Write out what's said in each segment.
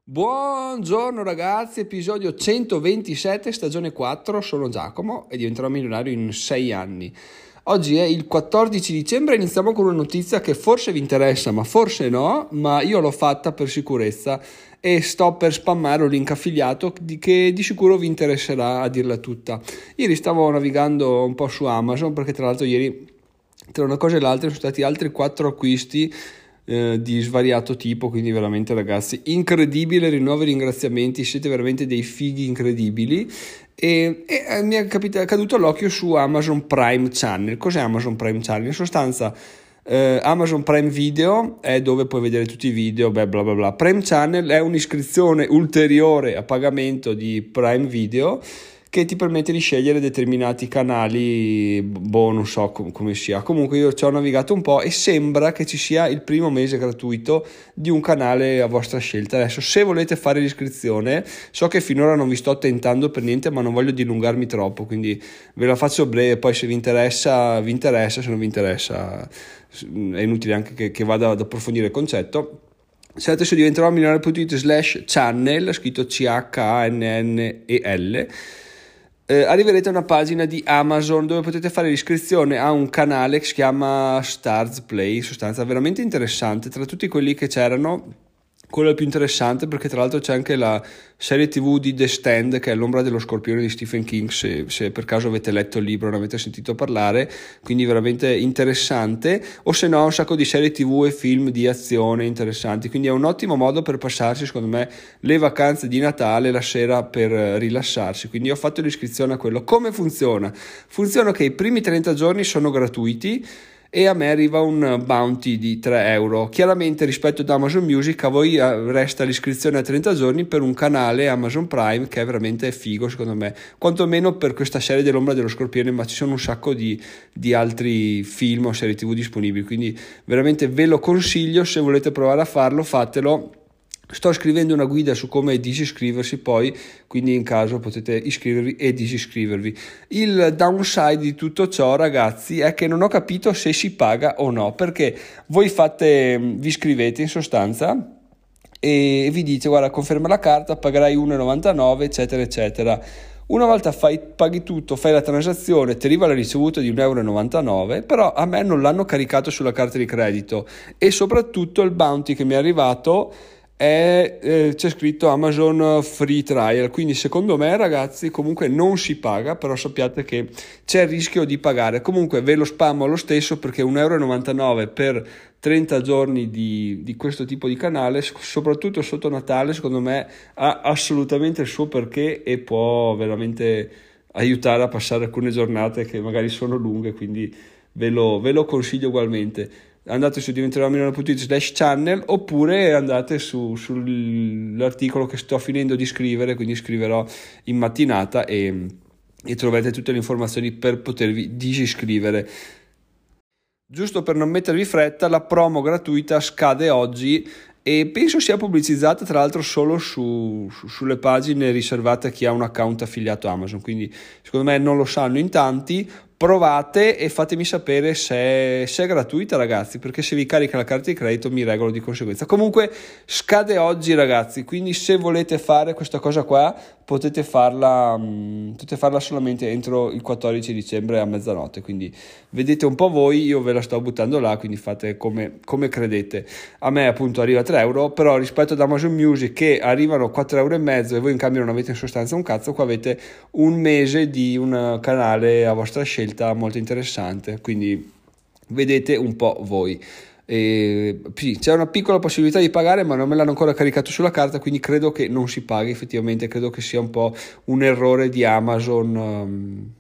Buongiorno ragazzi, episodio 127, stagione 4, sono Giacomo e diventerò milionario in 6 anni. Oggi è il 14 dicembre e iniziamo con una notizia che forse vi interessa, ma forse no, ma io l'ho fatta per sicurezza e sto per spammare un link affiliato che di sicuro vi interesserà a dirla tutta. Ieri stavo navigando un po' su Amazon perché tra l'altro ieri tra una cosa e l'altra sono stati altri 4 acquisti di svariato tipo, quindi veramente ragazzi incredibile, rinnovo i ringraziamenti, siete veramente dei fighi incredibili e mi è caduto l'occhio su Amazon Prime Channel. Cos'è Amazon Prime Channel? In sostanza Amazon Prime Video è dove puoi vedere tutti i video, bla bla bla. Prime Channel è un'iscrizione ulteriore a pagamento di Prime Video che ti permette di scegliere determinati canali, non so come sia. Comunque io ci ho navigato un po' e sembra che ci sia il primo mese gratuito di un canale a vostra scelta. Adesso se volete fare l'iscrizione, so che finora non vi sto tentando per niente, ma non voglio dilungarmi troppo, quindi ve la faccio breve, poi se vi interessa, se non vi interessa è inutile anche che vada ad approfondire il concetto. Se adesso diventerò milionario.it/channel, scritto CHANNEL, arriverete a una pagina di Amazon dove potete fare l'iscrizione a un canale che si chiama Stars Play, in sostanza veramente interessante. Tra tutti quelli che c'erano, quello è il più interessante perché tra l'altro c'è anche la serie TV di The Stand, che è L'ombra dello scorpione di Stephen King, se per caso avete letto il libro, ne avete sentito parlare, quindi veramente interessante, o se no un sacco di serie TV e film di azione interessanti, quindi è un ottimo modo per passarsi secondo me le vacanze di Natale la sera per rilassarsi. Quindi ho fatto l'iscrizione a quello. Come funziona? Funziona che i primi 30 giorni sono gratuiti e a me arriva un bounty di 3 euro. Chiaramente rispetto ad Amazon Music a voi resta l'iscrizione a 30 giorni per un canale Amazon Prime che è veramente figo secondo me, quantomeno per questa serie dell'ombra dello scorpione, ma ci sono un sacco di altri film o serie TV disponibili, quindi veramente ve lo consiglio. Se volete provare a farlo, fatelo. Sto scrivendo una guida su come disiscriversi poi, quindi in caso potete iscrivervi e disiscrivervi. Il downside di tutto ciò ragazzi è che non ho capito se si paga o no, perché voi vi iscrivete in sostanza e vi dice guarda, conferma la carta, pagherai 1,99 eccetera eccetera. Una volta paghi tutto, fai la transazione, ti arriva la ricevuta di 1,99 euro, però a me non l'hanno caricato sulla carta di credito e soprattutto il bounty che mi è arrivato c'è scritto Amazon Free Trial, quindi secondo me ragazzi comunque non si paga, però sappiate che c'è il rischio di pagare. Comunque ve lo spammo lo stesso perché 1,99 euro per 30 giorni di questo tipo di canale, soprattutto sotto Natale, secondo me ha assolutamente il suo perché e può veramente aiutare a passare alcune giornate che magari sono lunghe, quindi ve lo consiglio ugualmente. Andate su diventeròmilionario.it/channel oppure andate sull'articolo che sto finendo di scrivere, quindi scriverò in mattinata e troverete tutte le informazioni per potervi disiscrivere. Giusto per non mettervi fretta, la promo gratuita scade oggi e penso sia pubblicizzata tra l'altro solo sulle pagine riservate a chi ha un account affiliato Amazon, quindi secondo me non lo sanno in tanti. Provate e fatemi sapere se è gratuita ragazzi, perché se vi carica la carta di credito mi regolo di conseguenza. Comunque scade oggi ragazzi, quindi se volete fare questa cosa qua potete farla solamente entro il 14 dicembre a mezzanotte, quindi vedete un po' voi, io ve la sto buttando là, quindi fate come credete. A me appunto arriva 3 euro, però rispetto ad Amazon Music che arrivano 4,5 euro e voi in cambio non avete in sostanza un cazzo, qua avete un mese di un canale a vostra scelta molto interessante, quindi vedete un po' voi. Sì, c'è una piccola possibilità di pagare ma non me l'hanno ancora caricato sulla carta, quindi credo che non si paghi effettivamente, credo che sia un po' un errore di Amazon,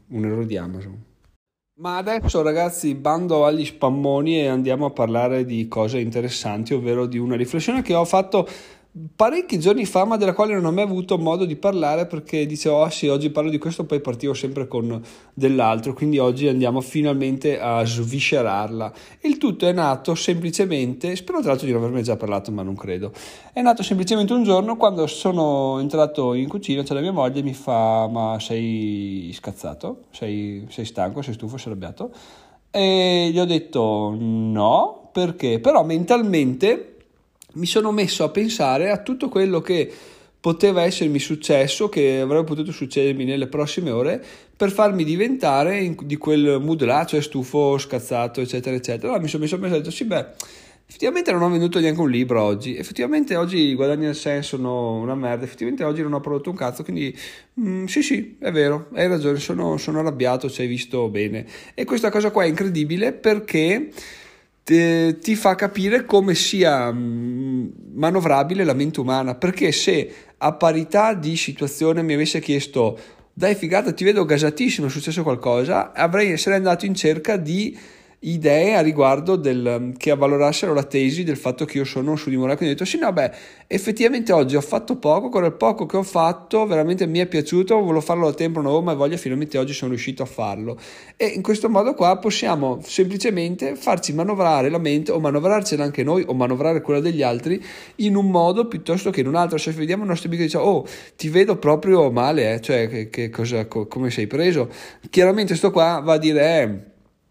Ma adesso ragazzi bando agli spammoni e andiamo a parlare di cose interessanti, ovvero di una riflessione che ho fatto parecchi giorni fa ma della quale non ho mai avuto modo di parlare perché dicevo sì, oggi parlo di questo, poi partivo sempre con dell'altro, quindi oggi andiamo finalmente a sviscerarla. Il tutto è nato semplicemente, spero tra l'altro di non averne già parlato ma non credo, è nato semplicemente un giorno quando sono entrato in cucina, c'è la mia moglie, mi fa ma sei scazzato? Sei stanco? Sei stufo? Sei arrabbiato? E gli ho detto no, perché? Però mentalmente mi sono messo a pensare a tutto quello che poteva essermi successo, che avrebbe potuto succedermi nelle prossime ore, per farmi diventare di quel mood là, cioè stufo, scazzato, eccetera, eccetera. Allora mi sono messo a pensare, ho detto, sì, beh, effettivamente non ho venduto neanche un libro oggi, effettivamente oggi i guadagni al senso sono una merda, effettivamente oggi non ho prodotto un cazzo, quindi sì, è vero, hai ragione, sono arrabbiato, ci hai visto bene. E questa cosa qua è incredibile perché ti fa capire come sia manovrabile la mente umana, perché se a parità di situazione mi avesse chiesto dai figata ti vedo gasatissimo, è successo qualcosa, sarei andato in cerca di idee a riguardo che avvalorassero la tesi del fatto che io sono su di morale. Quindi ho detto sì, no, beh, effettivamente oggi ho fatto poco, con il poco che ho fatto veramente mi è piaciuto, volevo farlo da tempo, non avevo mai voglia, finalmente oggi sono riuscito a farlo. E in questo modo qua possiamo semplicemente farci manovrare la mente, o manovrarcela anche noi, o manovrare quella degli altri in un modo piuttosto che in un altro. Se vediamo il nostro amico e diciamo oh, ti vedo proprio male, cioè che cosa, come sei preso, chiaramente sto qua va a dire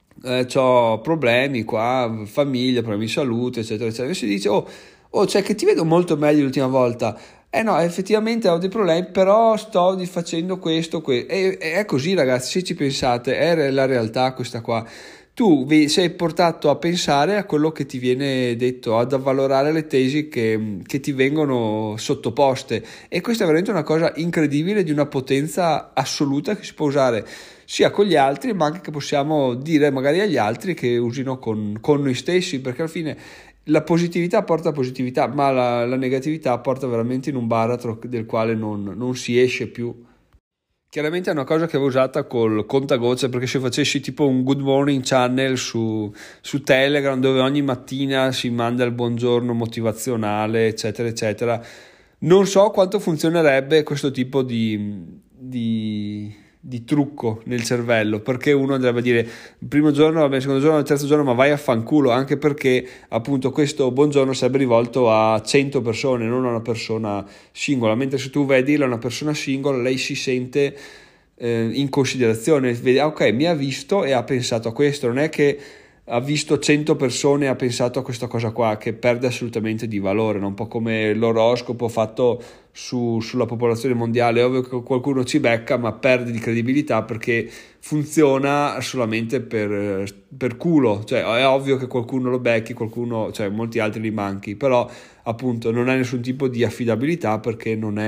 c'ho problemi qua, famiglia, problemi di salute, eccetera, eccetera. E si dice, cioè che ti vedo molto meglio l'ultima volta. No, effettivamente ho dei problemi, però sto facendo questo. E è così, ragazzi, se ci pensate, è la realtà questa qua. Tu sei portato a pensare a quello che ti viene detto, ad avvalorare le tesi che ti vengono sottoposte, e questa è veramente una cosa incredibile, di una potenza assoluta che si può usare sia con gli altri, ma anche che possiamo dire magari agli altri che usino con noi stessi, perché alla fine la positività porta positività, ma la negatività porta veramente in un baratro del quale non si esce più. Chiaramente è una cosa che avevo usata col contagocce, perché se facessi tipo un good morning channel su Telegram, dove ogni mattina si manda il buongiorno motivazionale, eccetera, eccetera, non so quanto funzionerebbe questo tipo di trucco nel cervello, perché uno andrebbe a dire il primo giorno, il secondo giorno, il terzo giorno, ma vai a fanculo, anche perché appunto questo buongiorno sarebbe rivolto a 100 persone, non a una persona singola, mentre se tu vai a dirlo a una persona singola, lei si sente in considerazione, vede, ok, mi ha visto e ha pensato a questo, non è che ha visto 100 persone e ha pensato a questa cosa qua, che perde assolutamente di valore, no? Un po' come l'oroscopo fatto sulla popolazione mondiale. È ovvio che qualcuno ci becca, ma perde di credibilità perché funziona solamente per culo, cioè è ovvio che qualcuno lo becchi, qualcuno, cioè molti altri li manchi, però appunto non ha nessun tipo di affidabilità perché non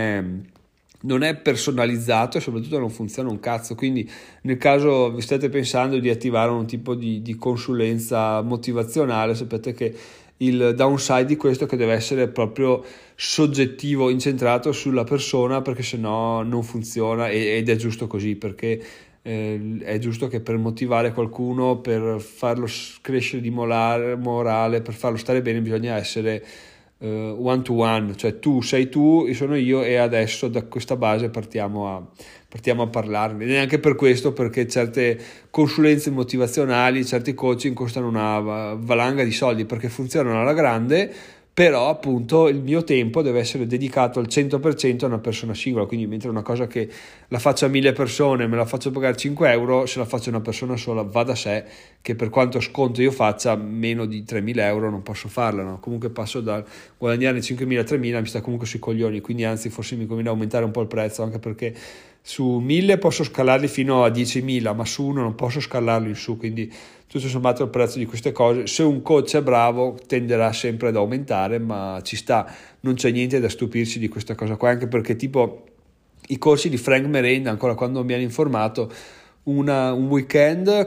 è personalizzato e soprattutto non funziona un cazzo. Quindi nel caso vi state pensando di attivare un tipo di consulenza motivazionale, sapete che il downside di questo è che deve essere proprio soggettivo, incentrato sulla persona, perché sennò non funziona, ed è giusto così, perché è giusto che per motivare qualcuno, per farlo crescere di morale, per farlo stare bene, bisogna essere one to one, cioè tu sei tu, io sono io, e adesso da questa base partiamo a parlarne. E neanche per questo, perché certe consulenze motivazionali, certi coaching costano una valanga di soldi, perché funzionano alla grande, però appunto il mio tempo deve essere dedicato al 100% a una persona singola. Quindi mentre una cosa che la faccio a 1000 persone me la faccio pagare 5 euro, se la faccio a una persona sola va da sé che per quanto sconto io faccia meno di 3.000 euro non posso farla, no? Comunque passo da guadagnare 5.000 a 3.000, mi sta comunque sui coglioni, quindi anzi forse mi conviene aumentare un po' il prezzo, anche perché su 1.000 posso scalarli fino a 10.000, ma su uno non posso scalarlo in su, quindi tutto sommato il prezzo di queste cose, se un coach è bravo, tenderà sempre ad aumentare, ma ci sta, non c'è niente da stupirsi di questa cosa qua, anche perché tipo i corsi di Frank Merenda, ancora quando mi hanno informato, un weekend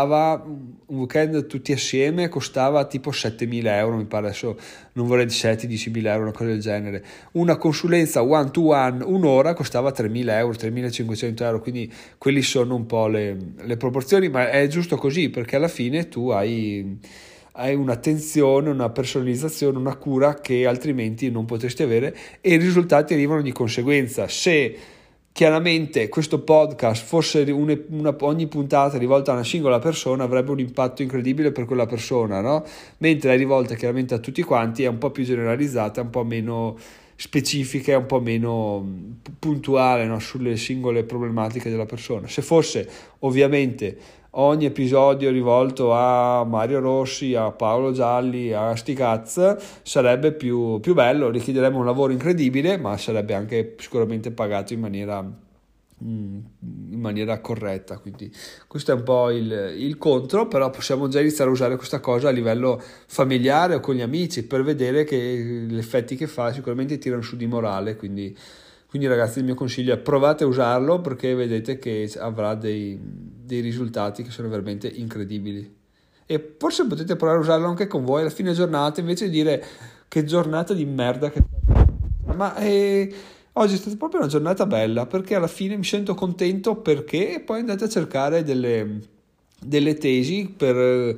tutti assieme costava tipo 7.000 euro, mi pare, adesso non vorrei di 10.000 euro, una cosa del genere. Una consulenza one to one, un'ora, costava 3.000 euro, 3.500 euro, quindi quelli sono un po' le proporzioni, ma è giusto così, perché alla fine tu hai un'attenzione, una personalizzazione, una cura che altrimenti non potresti avere, e i risultati arrivano di conseguenza. Se chiaramente questo podcast fosse ogni puntata rivolta a una singola persona, avrebbe un impatto incredibile per quella persona, no? Mentre è rivolta chiaramente a tutti quanti, è un po' più generalizzata, un po' meno specifica, un po' meno puntuale, no? Sulle singole problematiche della persona. Se fosse ovviamente ogni episodio rivolto a Mario Rossi, a Paolo Gialli, a sti cazz, sarebbe più bello, richiederebbe un lavoro incredibile, ma sarebbe anche sicuramente pagato in maniera corretta. Quindi questo è un po' il contro, però possiamo già iniziare a usare questa cosa a livello familiare o con gli amici per vedere che gli effetti che fa sicuramente tirano su di morale. Quindi ragazzi, il mio consiglio è provate a usarlo, perché vedete che avrà dei risultati che sono veramente incredibili, e forse potete provare a usarlo anche con voi alla fine giornata, invece di dire che giornata di merda che... ma oggi è stata proprio una giornata bella, perché alla fine mi sento contento, perché e poi andate a cercare delle tesi per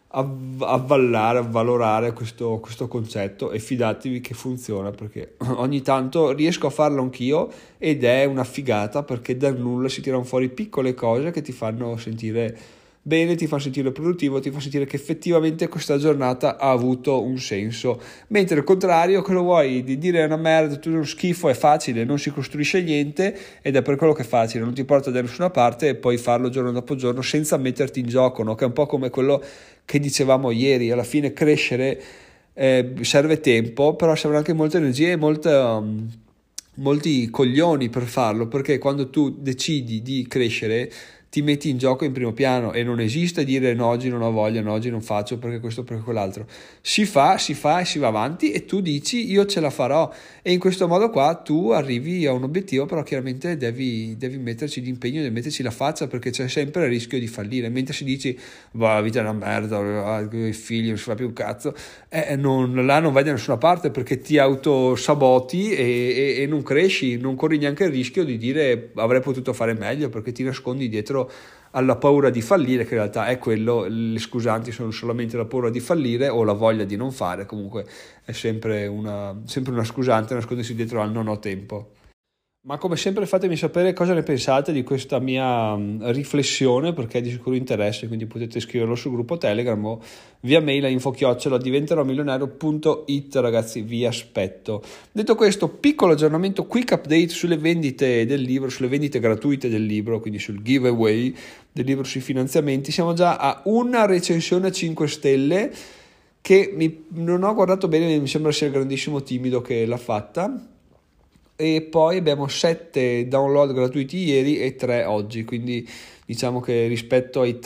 avvalorare questo concetto, e fidatevi che funziona, perché ogni tanto riesco a farlo anch'io ed è una figata, perché dal nulla si tirano fuori piccole cose che ti fanno sentire bene, ti fa sentire produttivo, ti fa sentire che effettivamente questa giornata ha avuto un senso. Mentre al contrario, cosa vuoi? Di dire una merda, tutto uno schifo, è facile, non si costruisce niente, ed è per quello che è facile, non ti porta da nessuna parte, e puoi farlo giorno dopo giorno senza metterti in gioco, no? Che è un po' come quello che dicevamo ieri. Alla fine crescere serve tempo, però servono anche molte energie e molti coglioni per farlo, perché quando tu decidi di crescere ti metti in gioco in primo piano, e non esiste dire no, oggi non ho voglia, no, oggi non faccio perché questo, perché quell'altro. Si fa e si va avanti, e tu dici io ce la farò, e in questo modo qua tu arrivi a un obiettivo, però chiaramente devi metterci l'impegno, devi metterci la faccia, perché c'è sempre il rischio di fallire. Mentre si dici la vita è una merda, i figli non si fa più un cazzo, non vai da nessuna parte, perché ti autosaboti e non cresci, non corri neanche il rischio di dire avrei potuto fare meglio, perché ti nascondi dietro alla paura di fallire, che in realtà è quello. Le scusanti sono solamente la paura di fallire o la voglia di non fare. Comunque è sempre una scusante nascondersi dietro al non ho tempo. Ma come sempre fatemi sapere cosa ne pensate di questa mia riflessione, perché è di sicuro interesse, quindi potete scriverlo sul gruppo Telegram o via mail a info@diventeromilionario.it. ragazzi, vi aspetto. Detto questo, piccolo aggiornamento, quick update sulle vendite del libro, sulle vendite gratuite del libro, quindi sul giveaway del libro sui finanziamenti. Siamo già a una recensione a 5 stelle che non ho guardato bene, mi sembra sia il grandissimo Timido che l'ha fatta. E poi abbiamo 7 download gratuiti ieri e 3 oggi, quindi diciamo che rispetto ai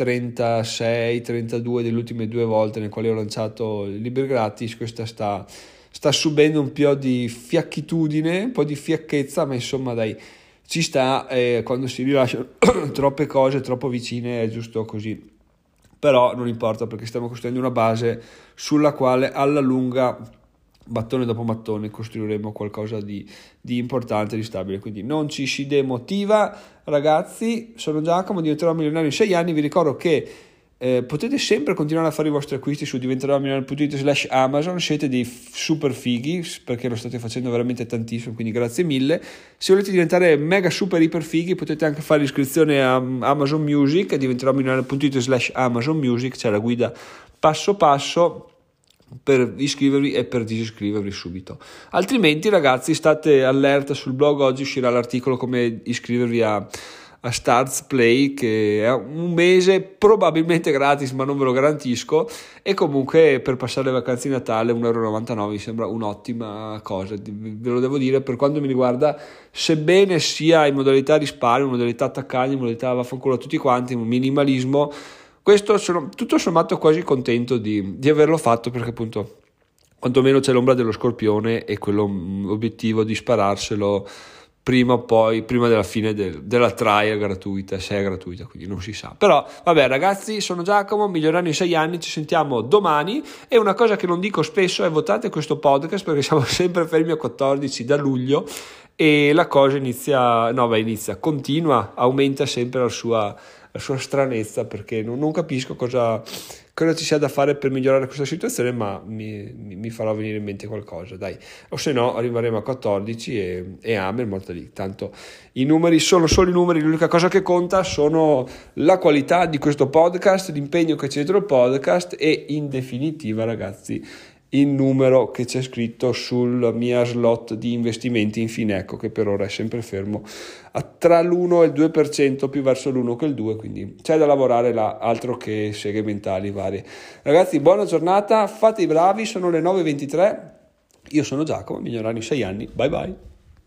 36-32 delle ultime 2 volte nelle quali ho lanciato il libro gratis, questa sta subendo un po' di fiacchitudine, un po' di fiacchezza, ma insomma dai, ci sta. Quando si rilasciano troppe cose troppo vicine è giusto così, però non importa, perché stiamo costruendo una base sulla quale alla lunga, mattone dopo mattone, costruiremo qualcosa di importante, di stabile. Quindi non ci si demotiva, ragazzi. Sono Giacomo, diventerò milionario in 6 anni. Vi ricordo che potete sempre continuare a fare i vostri acquisti su diventeromilionario.it/Amazon. siete dei super fighi, perché lo state facendo veramente tantissimo, quindi grazie mille. Se volete diventare mega super iper fighi, potete anche fare l'iscrizione a Amazon Music, a diventeromilionario.it/Amazon Music. C'è la guida passo passo per iscrivervi e per disiscrivervi subito. Altrimenti, ragazzi, state allerta, sul blog oggi uscirà l'articolo come iscrivervi a Stars Play, che è un mese probabilmente gratis, ma non ve lo garantisco, e comunque per passare le vacanze di Natale 1,99 € mi sembra un'ottima cosa, ve lo devo dire. Per quanto mi riguarda, sebbene sia in modalità risparmio, in modalità taccagno, in modalità vaffanculo a tutti quanti, un minimalismo, questo sono tutto sommato quasi contento di averlo fatto, perché appunto quantomeno c'è l'ombra dello scorpione e quello obiettivo di spararselo prima della fine della trial gratuita, se è gratuita, quindi non si sa. Però vabbè, ragazzi, sono Giacomo, migliorario in 6 anni, ci sentiamo domani. E una cosa che non dico spesso è: votate questo podcast, perché siamo sempre fermi a 14 da luglio, e la cosa continua, aumenta sempre la sua stranezza, perché non capisco cosa ci sia da fare per migliorare questa situazione, ma mi farà venire in mente qualcosa, dai, o se no arriveremo a 14 e amen, molto lì. Tanto i numeri sono solo i numeri, l'unica cosa che conta sono la qualità di questo podcast, l'impegno che c'è dietro il podcast, e in definitiva, ragazzi, il numero che c'è scritto sulla mia slot di investimenti in Fineco, che per ora è sempre fermo tra l'1 e il 2%, più verso l'1 che il 2, quindi c'è da lavorare là, altro che seghe mentali varie. Ragazzi, buona giornata, fate i bravi, sono le 9:23, io sono Giacomo, migliorare in 6 anni, bye bye.